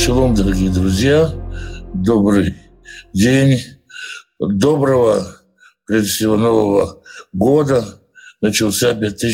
Шалом, дорогие друзья, добрый день, доброго, прежде всего, Нового года. Начался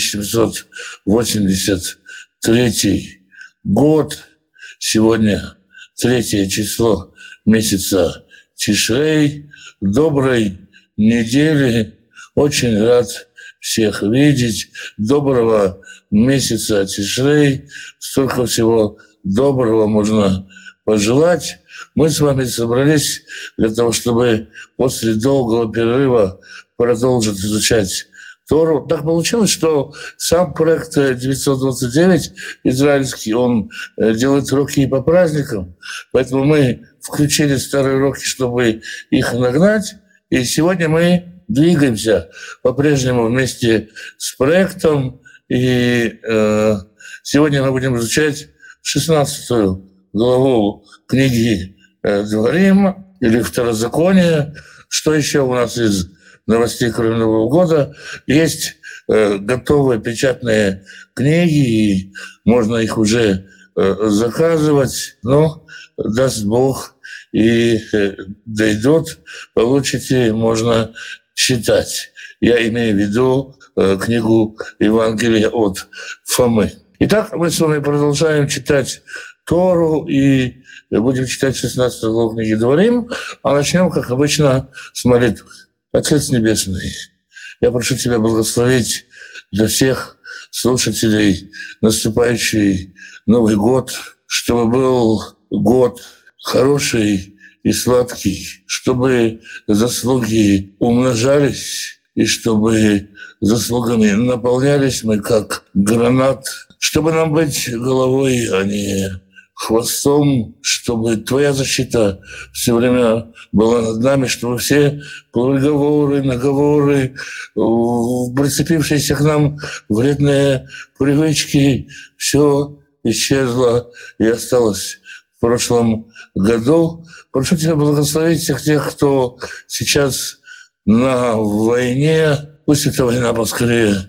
5783 год. Сегодня 3 число месяца Тишрей. Доброй недели. Очень рад всех видеть. Доброго месяца Тишрей. Столько всего доброго можно пожелать. Мы с вами собрались для того, чтобы после долгого перерыва продолжить изучать Тору. Так получилось, что сам проект 929 израильский, он делает уроки и по праздникам, поэтому мы включили старые уроки, чтобы их нагнать, и сегодня мы двигаемся по-прежнему вместе с проектом, и сегодня мы будем изучать 16 главу книги Дворим или Второзакония. Что еще у нас из новостей, кроме Нового года? Есть готовые печатные книги, и можно их уже заказывать. Но, даст Бог, и дойдут, получите, можно читать. Я имею в виду книгу Евангелия от Фомы. Итак, мы с вами продолжаем читать Тору и будем читать 16 главу книги Дворим, а начнем, как обычно, с молитвы. Отец Небесный, я прошу Тебя благословить для всех слушателей наступающий Новый год, чтобы был год хороший и сладкий, чтобы заслуги умножались и чтобы заслугами наполнялись мы, как гранат, чтобы нам быть головой, а не хвостом, чтобы Твоя защита все время была над нами, чтобы все приговоры, наговоры, прицепившиеся к нам вредные привычки, все исчезло и осталось в прошлом году. Прошу Тебя благословить всех тех, кто сейчас на войне. Пусть эта война поскорее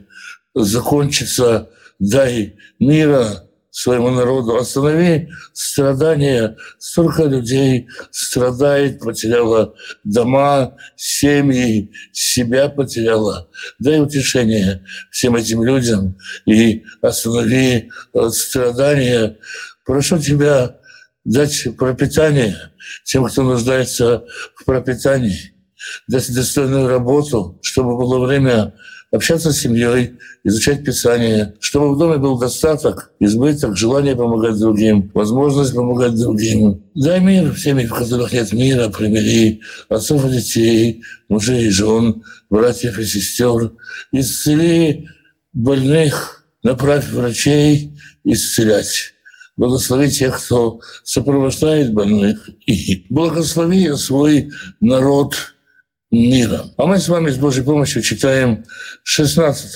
закончится. Дай мира своему народу. Останови страдания. Столько людей страдает, потеряла дома, семьи, себя потеряла. Дай утешение всем этим людям и останови страдания. Прошу Тебя дать пропитание тем, кто нуждается в пропитании, дать достойную работу, чтобы было время общаться с семьей, изучать Писание, чтобы в доме был достаток, избыток, желание помогать другим, возможность помогать другим. Дай мир в семьях, в которых нет мира, примири отцов и детей, мужей и жен, братьев и сестер. Исцели больных, направь врачей исцелять. Благослови тех, кто сопровождает больных, и благослови свой народ миром. А мы с вами с Божьей помощью читаем 16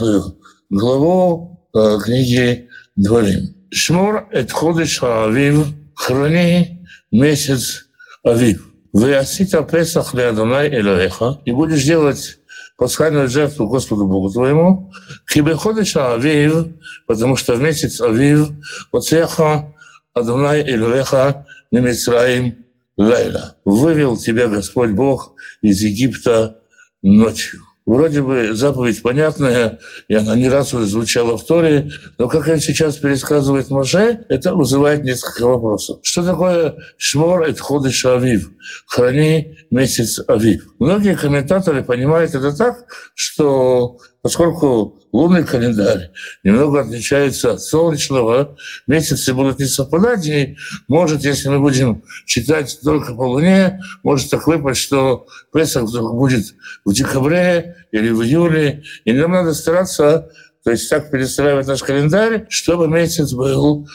главу книги Дворим. «Шмор эт ходеш хаавив, храни месяц авив. Веасита Песах ле Адонай Элоэха, и будешь делать пасхальную жертву Господу Богу твоему, кибе ходеш авив, потому что в месяц авив оцеха Адонай Элоэха мимицраим лайла. Вывел тебя Господь Бог из Египта ночью». Вроде бы заповедь понятная, и она не раз уже звучала в Торе, но как он сейчас пересказывает Моше, это вызывает несколько вопросов. Что такое «Шмор эт ходеш авив»? «Храни месяц авив». Многие комментаторы понимают это так, что поскольку лунный календарь немного отличается от солнечного, месяцы будут не совпадать, и может, если мы будем читать только по луне, может так выпасть, что Песах вдруг будет в декабре или в июле, и нам надо стараться, то есть так перестраивать наш календарь, чтобы месяц был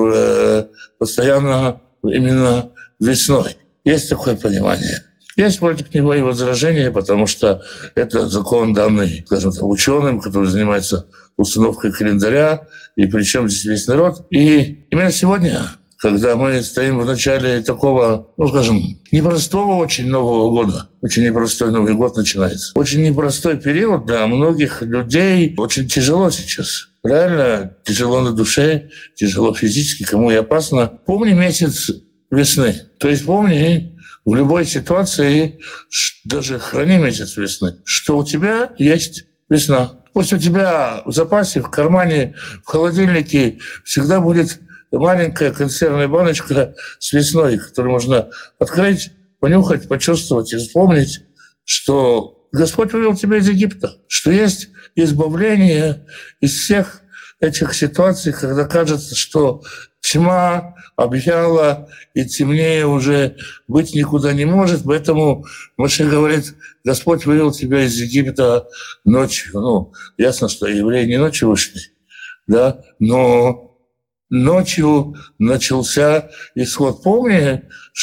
постоянно именно весной. Есть такое понимание. Есть против него и возражения, потому что это закон, данный, скажем так, ученым, который занимается установкой календаря, и причем здесь весь народ. И именно сегодня, когда мы стоим в начале такого, скажем, непростого очень Нового года, очень непростой Новый год начинается, очень непростой период для многих людей, очень тяжело сейчас. Реально тяжело на душе, тяжело физически, кому и опасно. Помни месяц весны. То есть помни в любой ситуации, даже храни месяц весны, что у тебя есть весна. Пусть у тебя в запасе, в кармане, в холодильнике всегда будет маленькая консервная баночка с весной, которую можно открыть, понюхать, почувствовать и вспомнить, что Господь вывел тебя из Египта, что есть избавление из всех этих ситуаций, когда кажется, что тьма объяла, и темнее уже быть никуда не может. Поэтому Моше говорит, Господь вывел тебя из Египта ночью. Ну, ясно, что евреи не ночью вышли, да, но ночью начался исход. Помни,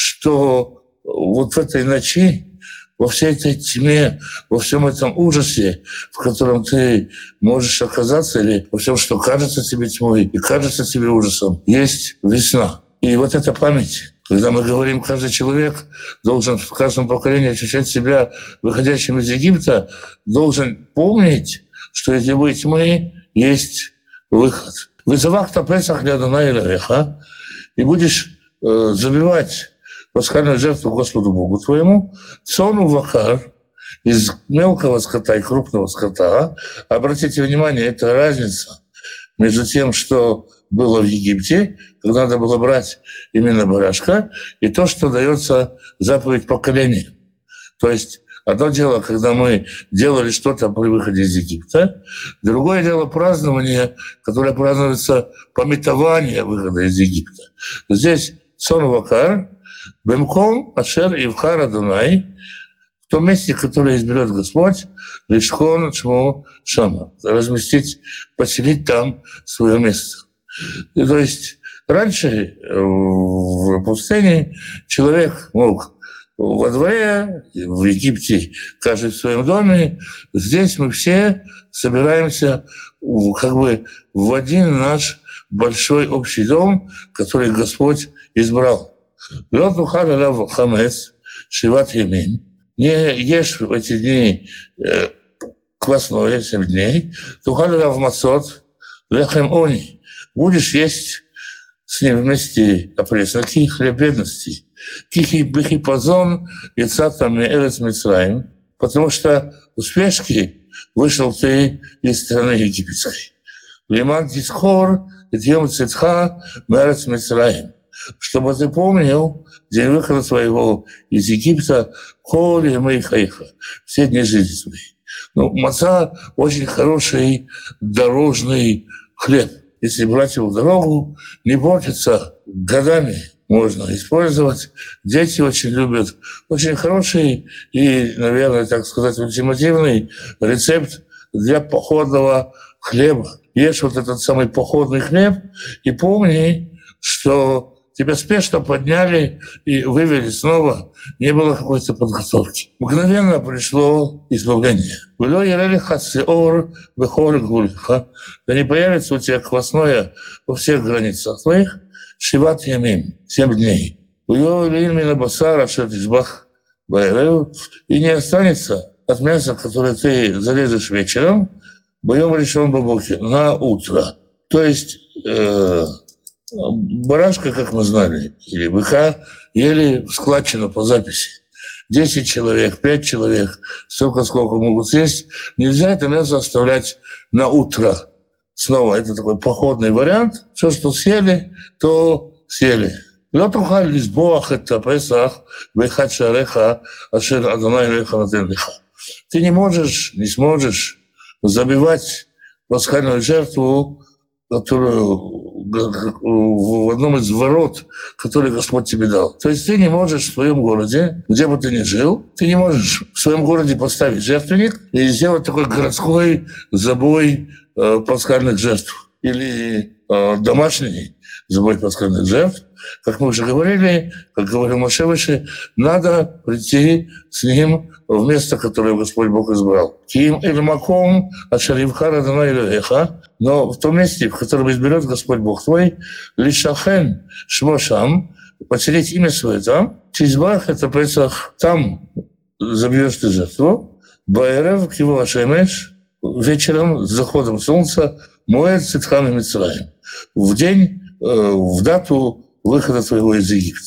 что вот в этой ночи, во всей этой тьме, во всем этом ужасе, в котором ты можешь оказаться, или во всем, что кажется тебе тьмой и кажется тебе ужасом, есть весна. И вот эта память, когда мы говорим, каждый человек должен в каждом поколении ощущать себя выходящим из Египта, должен помнить, что из любой тьмы есть выход. «Вызывах-то Песах для Адонай Элохеха», и будешь забивать пасхальную жертву Господу Богу твоему, цону вакар, из мелкого скота и крупного скота. Обратите внимание, это разница между тем, что было в Египте, когда надо было брать именно барашка, и то, что дается заповедь поколения. То есть одно дело, когда мы делали что-то при выходе из Египта, другое дело празднование, которое празднуется памятование выхода из Египта. Здесь цон вакар, бемком ашер ивхар Адонай, в том месте, которое изберет Господь, лишхон чмо шама, разместить, поселить там свое место. И, то есть раньше в пустыне человек мог во дворе, в Египте, каждый в своем доме. Здесь мы все собираемся как бы в один наш большой общий дом, который Господь избрал. «Лёд ухар алав хамец шиват ямин». Не ешь в эти дни квасное 7 дней. «Тухар алав мацот лехем они». Будешь есть с ним вместе опресноки, хлеб бедности. «Кихи бихи пазон яцатам эрец Мицраим», потому что в спешке вышел ты из страны египетской. «Лиман тисхор идем цитха мэрец Мицраим», чтобы ты помнил день выхода своего из Египта, коли мы хайха, все дни жизни своей. Ну, маца очень хороший дорожный хлеб. Если брать его в дорогу, не портится годами. Можно использовать. Дети очень любят. Очень хороший и, наверное, так сказать, ультимативный рецепт для походного хлеба. Ешь вот этот самый походный хлеб и помни, что тебя спешно подняли и вывели снова. Не было какой-то подготовки. Мгновенно пришло избавление. Да не появится у тебя квасное во всех границах твоих. Шиват ямим, 7 дней. И не останется от мяса, которое ты зарежешь вечером, боем решен бабоки, на утро. То есть барашка, как мы знали, или быка, ели складчину по записи. 10 человек, 5 человек, столько, сколько могут съесть. Нельзя это мясо оставлять на утро. Снова это такой походный вариант. Все, что съели, то съели. לא תוכל לסבוח את הפסח באחד שעריך אשר אדוני אלוהיך נותן לך. Ты не сможешь забивать пасхальную жертву, которую в одном из ворот, который Господь тебе дал. То есть ты не можешь в своем городе, где бы ты ни жил, ты не можешь в своем городе поставить жертвенник и сделать такой городской забой пасхальных жертв или домашний забой пасхальных жертв. Как мы уже говорили, как говорил Моше выше, надо прийти с ним в место, которое Господь Бог избрал. Ким эль-маком ашаривхар Адонай Элохеха, но в том месте, в котором изберет Господь Бог твой, лишахен шмошам, поселить имя свое там, чизбах это Песах, там забьешь ты жертву, баэрев киво ашемеш, вечером с заходом солнца, моет цитхан и Мицраим, в день, в дату выхода твоего из Египта.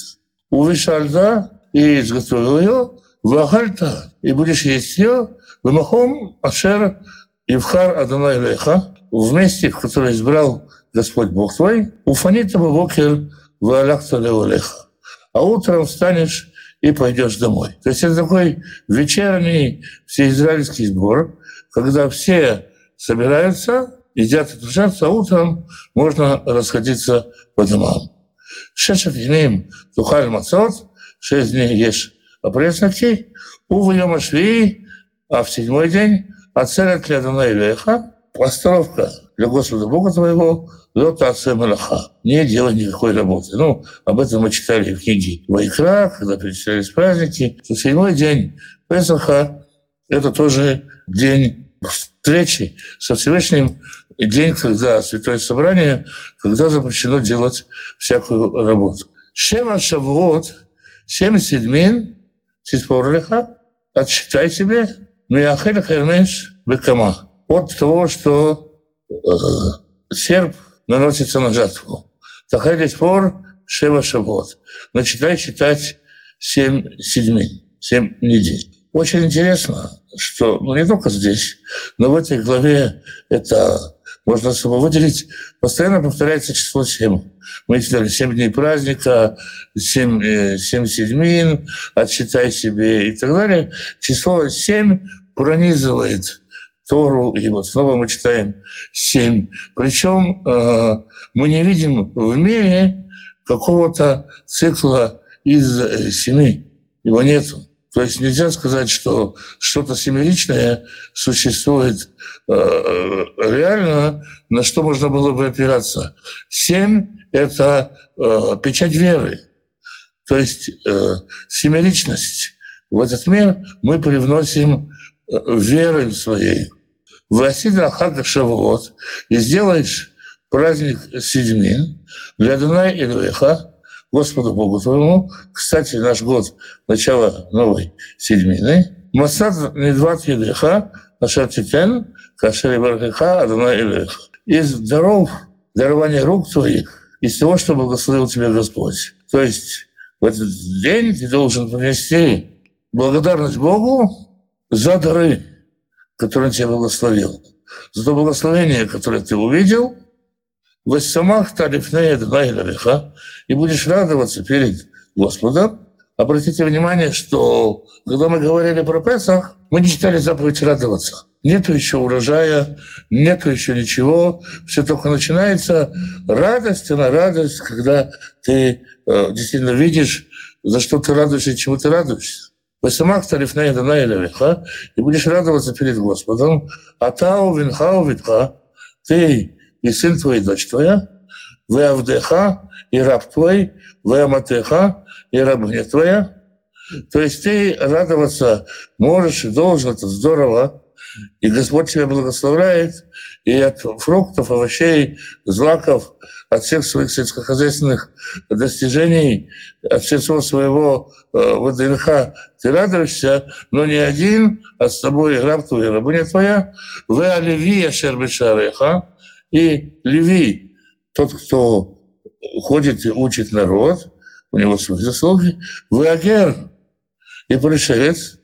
увишальта, и изготовил ее, вахальта, и будешь есть ее, вымахом ашер ивхар Адонай Леха, в месте, в которое избрал Господь Бог твой, уфанита бокер ваалахта леолеха. А утром встанешь и пойдешь домой. То есть это такой вечерний всеизраильский сбор, когда все собираются, едят и тушатся, а утром можно расходиться по домам. Шешет емим тухаль мацот, 6 дней ешь опресники, увоема швии, а в 7-й день ацерет ли Адонай Леха, остановка для Господа Бога твоего, лота аце малаха, не делай никакой работы. Об этом мы читали в книге Вайкра, когда перечислялись праздники. 7-й день Песаха — это тоже день встречи со Всевышним, день, когда Святое Собрание, когда запрещено делать всякую работу. Шема шавуот, 7 седьмин, тиспорлиха, отсчитай себе, миахель хермеш бекама, от того, что серп наносится на жатву. Тахель спор шева шавуот. Начитай читать 7 седьмин, 7 недель. Очень интересно, что не только здесь, но в этой главе это можно особо выделить. Постоянно повторяется число 7. Мы читали 7 дней праздника, 7 седьмин, отсчитай себе и так далее. Число 7 пронизывает Тору, и вот снова мы читаем 7. Причем мы не видим в мире какого-то цикла из 7. Его нету. То есть нельзя сказать, что что-то семеричное существует реально, на что можно было бы опираться. 7 — это печать веры. То есть семеричность в этот мир мы привносим верой своей. «Васида хага шавуот» и сделаешь праздник седьмин для Адонай Элоэха, Господу Богу твоему. Кстати, наш год — начало новой седьмины. «Масад недват едеха, ашер титен, кашер бархеха Адонай Элоэха». Из даров, дарования рук твоих, из того, что благословил тебя Господь. То есть в этот день ты должен принести благодарность Богу за дары, которые он тебя благословил, за то благословение, которое ты увидел, «Вассамах талифней Адонай Элоэха», и будешь радоваться перед Господом. Обратите внимание, что когда мы говорили про Песах, мы не читали заповедь радоваться. Нету еще урожая, нету еще ничего, все только начинается. Радость, она радость, когда ты действительно видишь, за что ты радуешься и чему ты радуешься. «Вассамах талифней Адонай Элоэха», и будешь радоваться перед Господом. «Атау винхау витха», ты и сын твой, и дочь твоя, «Вы авдеха», и раб твой, «Вы аматеха», и рабыня твоя. То есть ты радоваться можешь и должен, это здорово. И Господь тебя благословляет, и от фруктов, овощей, злаков, от всех своих сельскохозяйственных достижений, от всего своего ВДНХ ты радуешься, но не один, а с тобой и раб твой, и рабыня твоя. «Вы алеви ашер бешареха», и Леви, тот, кто ходит и учит народ, у него свои заслуги. «Вы агер», и пришелец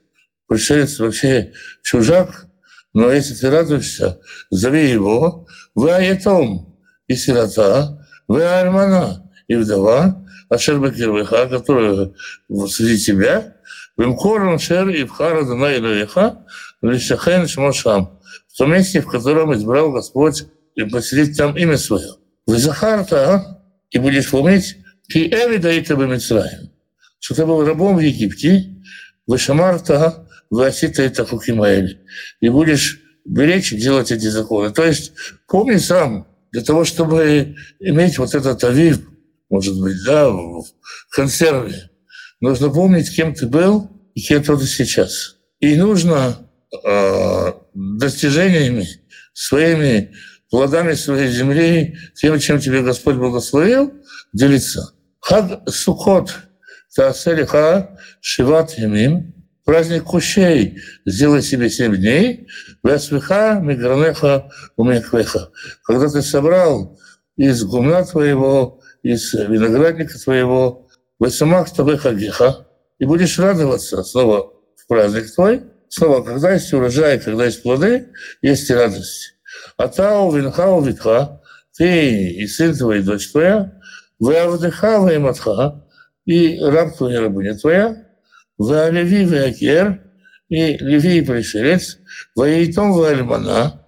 вообще чужак, но если ты радуешься, зови его. «Вы аятом», и сирота. «Вы альмана», и вдова, ашер бекервеха, которая среди тебя. «Вимкорон шер и вхар Адонай Элоэха, лишахен шмошам», в том месте, в котором избрал Господь и поселить там имя свое. «Вы захарта», и будешь помнить, «Ки эвида это бы Мицраим», что ты был рабом в Египте, «Вы шамарта, вы осита это хукимаэль», и будешь беречь и делать эти законы. То есть помни сам, для того, чтобы иметь вот этот авив, может быть, в консерве, нужно помнить, кем ты был и кем ты сейчас. И нужно достижениями своими, плодами своей земли, тем, чем тебе Господь благословил, делиться. Хаг Сукот, Таасэлиха, Шиват Ямим, праздник кущей, сделай себе 7 дней, Вясвиха, Мигранеха, Умехвеха. Когда ты собрал из гумна твоего, из виноградника твоего «Весамах табе хагиха», и будешь радоваться снова в праздник твой, снова, когда есть урожай, когда есть плоды, есть и радость. «Атау винхау витха», ты и сын твой, и дочь твоя, «Веавдыха веематха», и раб твой, и рабыня твоя, «Веалеви веакер», и леви и пришелец, «Веитом веальмана»,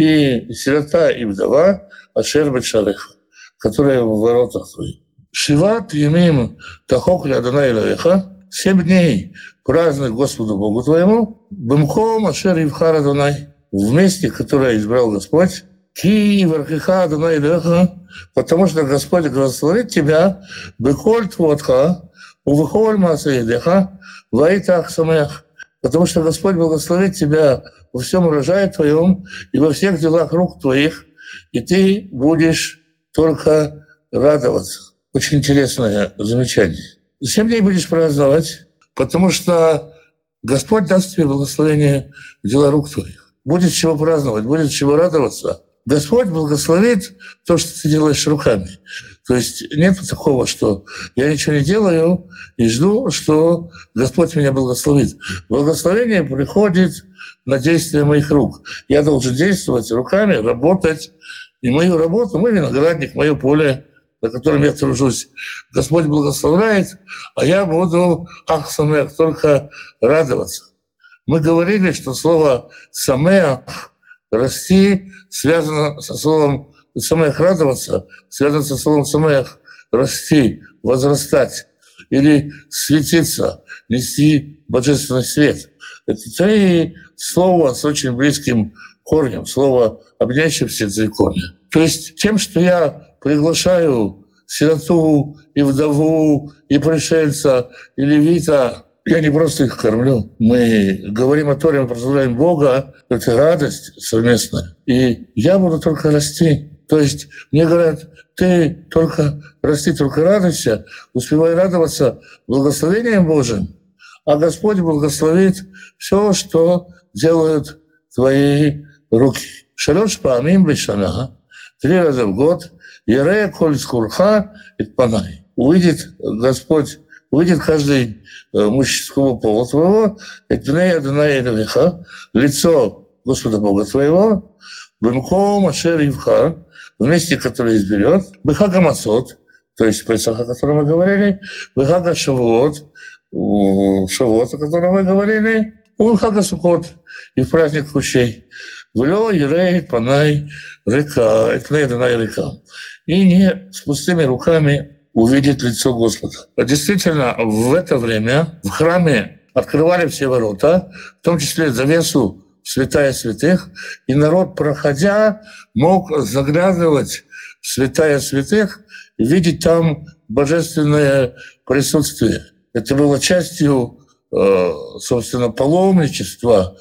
и сирота и вдова, «Ашер бет-шареха», которая в воротах твоих. «Шиват ямим тахок лядана илавеха», 7 дней празднуй Господу Богу твоему, «Бымхом ашер ивхар Адонай», в месте, которое избрал Господь, «Ки вархиха Адонай илавеха», потому что Господь благословит тебя, «Беколь твотха, увыхоль масаедеха, ваитах самех», потому что Господь благословит тебя во всем урожае твоем и во всех делах рук твоих, и ты будешь только радоваться. Очень интересное замечание. 7 дней будешь праздновать, потому что Господь даст тебе благословение в дела рук твоих. Будет чего праздновать, будет чего радоваться. Господь благословит то, что ты делаешь руками. То есть нет такого, что я ничего не делаю и жду, что Господь меня благословит. Благословение приходит на действие моих рук. Я должен действовать руками, работать. И мою работу, мой виноградник, мое поле, на котором я тружусь, Господь благословляет, а я буду ах-самеах, только радоваться. Мы говорили, что слово «самеах», «расти» связано со словом «самеах» — радоваться, связано со словом «самеах» — расти, возрастать или светиться, нести божественный свет. Это 3 слова с очень близким корнем, слово, объединяющее все 3 корня. То есть тем, что я приглашаю сироту и вдову, и пришельца, и левита, я не просто их кормлю. Мы говорим о Торе, мы прославляем Бога. Это радость совместная. И я буду только расти. То есть мне говорят, ты только расти, только радуйся, успевай радоваться благословением Божьим, а Господь благословит все, что делают твои руки. Шалош паамим бешана, 3 раза в год, Ярея коль скурха и панай. Увидит Господь, увидит каждый мужского пола твоего, этней Адонай илавеха, лицо Господа Бога твоего, бымком ашер ивхар, в месте, которое изберет, бехага масот, то есть Песах, о котором мы говорили, бехага шавуот, шавуот, о котором мы говорили, бехага сукот, и в праздник кущей. Влё, Ерей, Панай, река, Этней, Адонай, река. И не с пустыми руками увидит лицо Господа. А действительно, в это время в храме открывали все ворота, в том числе завесу святая святых, и народ, проходя, мог заглядывать в святая святых и видеть там божественное присутствие. Это было частью, собственно, паломничества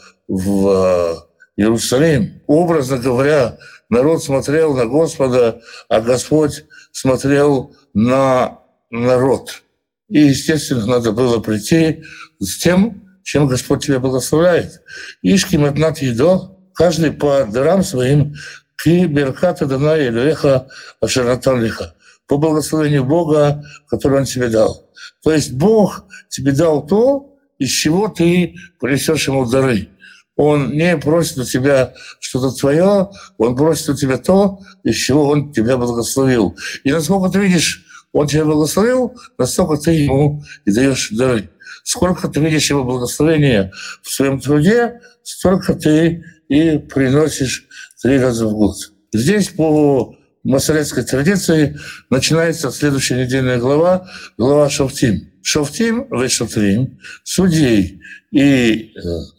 в Иерусалим. Образно говоря, народ смотрел на Господа, а Господь смотрел на народ. И, естественно, надо было прийти с тем, чем Господь тебя благословляет. Ишки матнат едо, каждый по дарам своим, ки беркат Адонай элоэха ашер натан леха, по благословению Бога, который Он тебе дал. То есть Бог тебе дал то, из чего ты принесешь Ему дары. Он не просит у тебя что-то твое, Он просит у тебя то, из чего Он тебя благословил. И насколько ты видишь, Он тебя благословил, настолько ты Ему и даешь дары. Сколько ты видишь Его благословения в своем труде, столько ты и приносишь 3 раза в год. Здесь по масоретской традиции начинается следующая недельная глава, глава Шофтим. Шофтим, вешотрим, судей и,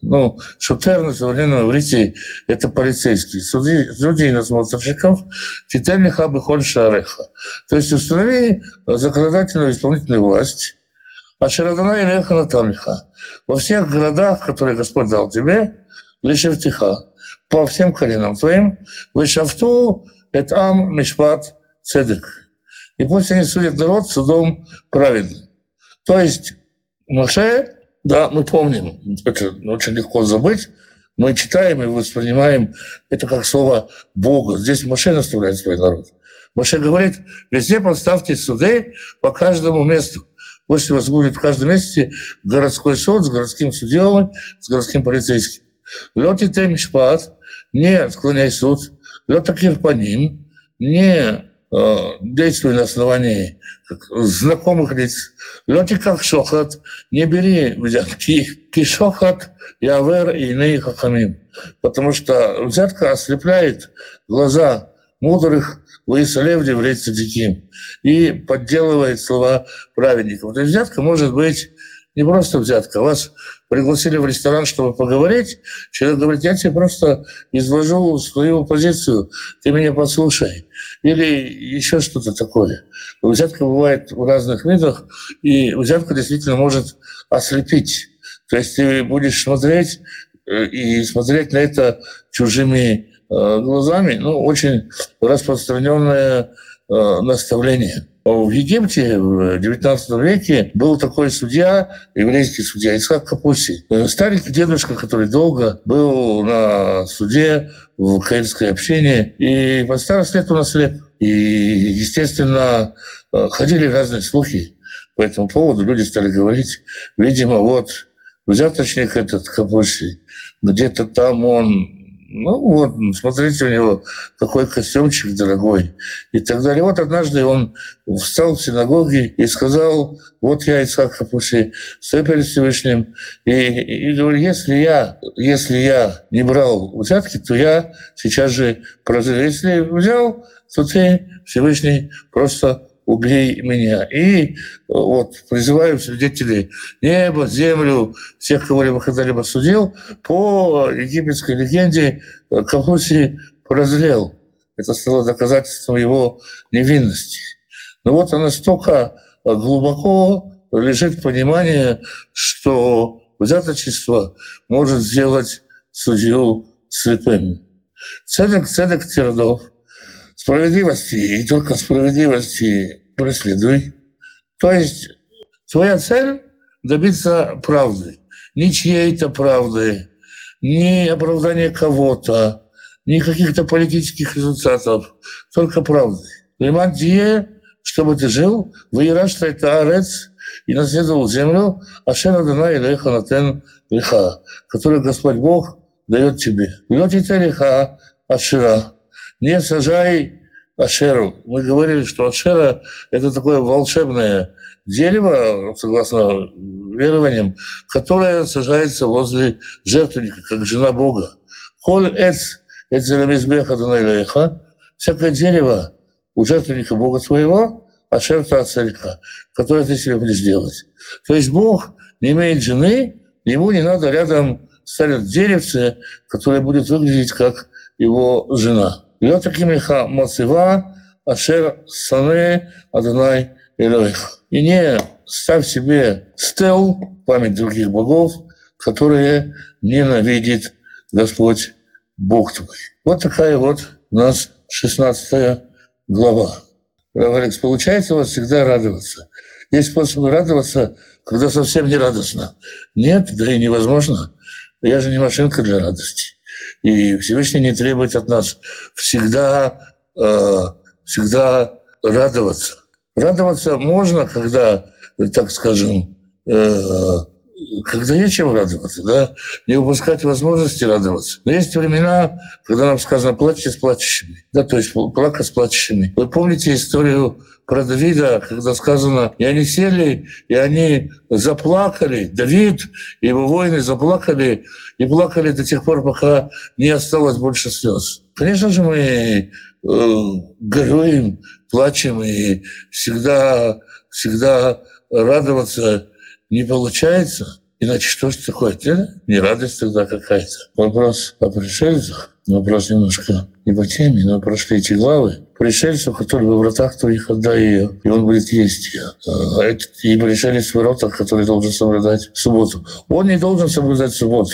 шофтер на современном иврите — это полицейские, судей надсмотрщиков, титальных абы шареха. То есть установи законодательную и исполнительную власть, ашер Адонай элоэха натан леха, во всех городах, которые Господь дал тебе, лешевтиха, по всем коленам твоим, вешафту эт ам мишпат цедек. И пусть они судят народ судом праведным. То есть Моше, да, мы помним, это очень легко забыть, мы читаем и воспринимаем это как слово Бога. Здесь Моше наставляет свой народ. Моше говорит, везде поставьте суды по каждому месту. Пусть у вас будет в каждом месте городской суд с городским судьей, с городским полицейским. Лёти темишпат, не отклоняй суд, лётакир по ним, не действуй на основании знакомых лиц. Лёти как шохат, не бери взятки. Кишохат, явер и ней хахамим. Потому что взятка ослепляет глаза мудрых, Лаисалев еврей цадиким, и подделывает слова праведников. То есть взятка может быть не просто взятка. Вас пригласили в ресторан, чтобы поговорить. Человек говорит, я тебе просто изложу свою позицию, ты меня послушай. Или еще что-то такое. Взятка бывает в разных видах, и взятка действительно может ослепить. То есть ты будешь смотреть и смотреть на это чужими глазами, очень распространенное наставление. В Египте в XIX веке был такой судья, еврейский судья Ицхак Капуси. Старенький дедушка, который долго был на суде в каирской общине, и под старость лет он ослеп. И, естественно, ходили разные слухи по этому поводу. Люди стали говорить, видимо, вот взяточник этот Капуси, где-то там он... смотрите, у него какой костюмчик дорогой и так далее. Вот однажды он встал в синагоге и сказал, вот я, Ицхак Капуси, стою перед Всевышним, и говорю, если я не брал взятки, то я сейчас же прозрел. Если взял, то ты, Всевышний, просто убей меня. И вот призываю свидетелей небо, землю, всех, кого либо когда-либо судил, по египетской легенде Капуси прозрел. Это стало доказательством его невинности. Но вот настолько глубоко лежит понимание, что взяточество может сделать судью слепым. Цедек Тердов. Справедливости, и только справедливости преследуй. То есть твоя цель — добиться правды. Ни чьей-то правды, ни оправдания кого-то, ни каких-то политических результатов, только правды. Лимандие, чтобы ты жил, выирашта это арец и наследовал землю, ашера дана илеха натен лиха, который Господь Бог дает тебе. Лётите лиха ашера. Не сажай ашеру. Мы говорили, что ашера — это такое волшебное дерево, согласно верованиям, которое сажается возле жертвенника, как жена Бога. Холь эц эцелемизбеха данайлеха, всякое дерево у жертвенника Бога твоего, ашерта ацелька, которое ты себе будешь делать. То есть Бог не имеет жены, ему не надо рядом ставить деревце, которое будет выглядеть как его жена. Лётакимиха мацева ашер сане Адонай Элоих. И не ставь себе стел, память других богов, которые ненавидит Господь Бог твой. Вот такая вот у нас 16 глава. Рав Алекс, получается у вас всегда радоваться. Есть способы радоваться, когда совсем не радостно. Нет, да и невозможно. Я же не машинка для радости. И Всевышний не требует от нас всегда радоваться. Радоваться можно, когда, так скажем, когда есть чем радоваться, да, не упускать возможности радоваться. Но есть времена, когда нам сказано «плачьте с плачущими», да, то есть плакать с плачущими. Вы помните историю про Давида, когда сказано, и они сели, и они заплакали, Давид и его воины заплакали, и плакали до тех пор, пока не осталось больше слез. Конечно же, мы горюем, плачем, и всегда радоваться не получается. Иначе что же такое? Не радость тогда какая-то. Вопрос о пришельцах, вопрос немножко не по теме, но прошли эти главы. Пришельцев, который во вратах твоих отдай ее, и он будет есть ее. И пришелец в воротах, который должен соблюдать субботу. Он не должен соблюдать субботу.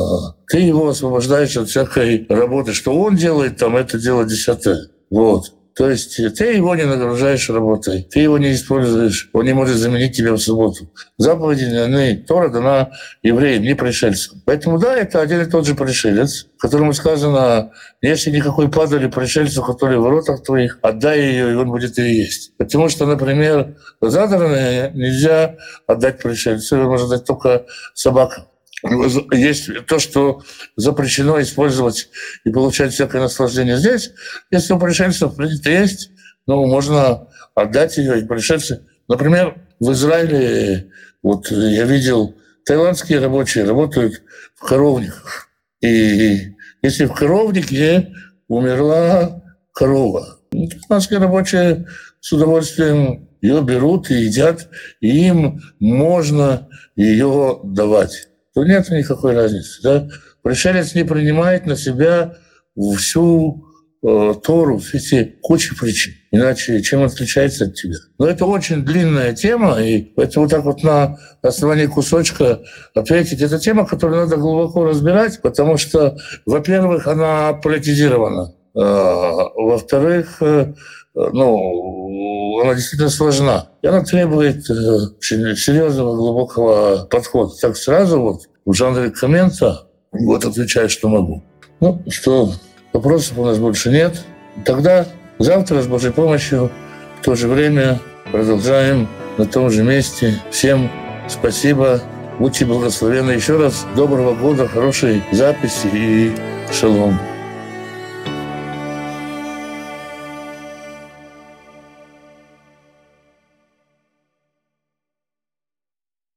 Ты его освобождаешь от всякой работы. Что он делает там, это дело десятое. Вот. То есть ты его не нагружаешь работой, ты его не используешь, он не может заменить тебя в субботу. Заповеди, Тора дана евреям, не пришельцам. Поэтому да, это один и тот же пришелец, которому сказано: если никакой падали пришельцу, который в воротах твоих, отдай ее, и он будет ее есть. Потому что, например, задранное нельзя отдать пришельцу, его можно дать только собакам. Есть то, что запрещено использовать и получать всякое наслаждение здесь. Если у пришельцев принято есть, можно отдать ее, и пришельцы. Например, в Израиле, вот я видел, таиландские рабочие работают в коровниках. И если в коровнике умерла корова, таиландские рабочие с удовольствием ее берут и едят, и им можно ее давать. То нет никакой разницы. Да? Пришелец не принимает на себя всю Тору, все эти кучи причин. Иначе чем он отличается от тебя? Но это очень длинная тема, и поэтому так вот на основании кусочка ответить. Это тема, которую надо глубоко разбирать, потому что, во-первых, она политизирована. Во-вторых, она действительно сложна. И она требует очень серьезного, глубокого подхода. Так сразу в жанре коммента отвечаю, что могу. Вопросов у нас больше нет. Тогда завтра с Божьей помощью в то же время продолжаем на том же месте. Всем спасибо. Будьте благословенны. Еще раз доброго года, хорошей записи и шалом.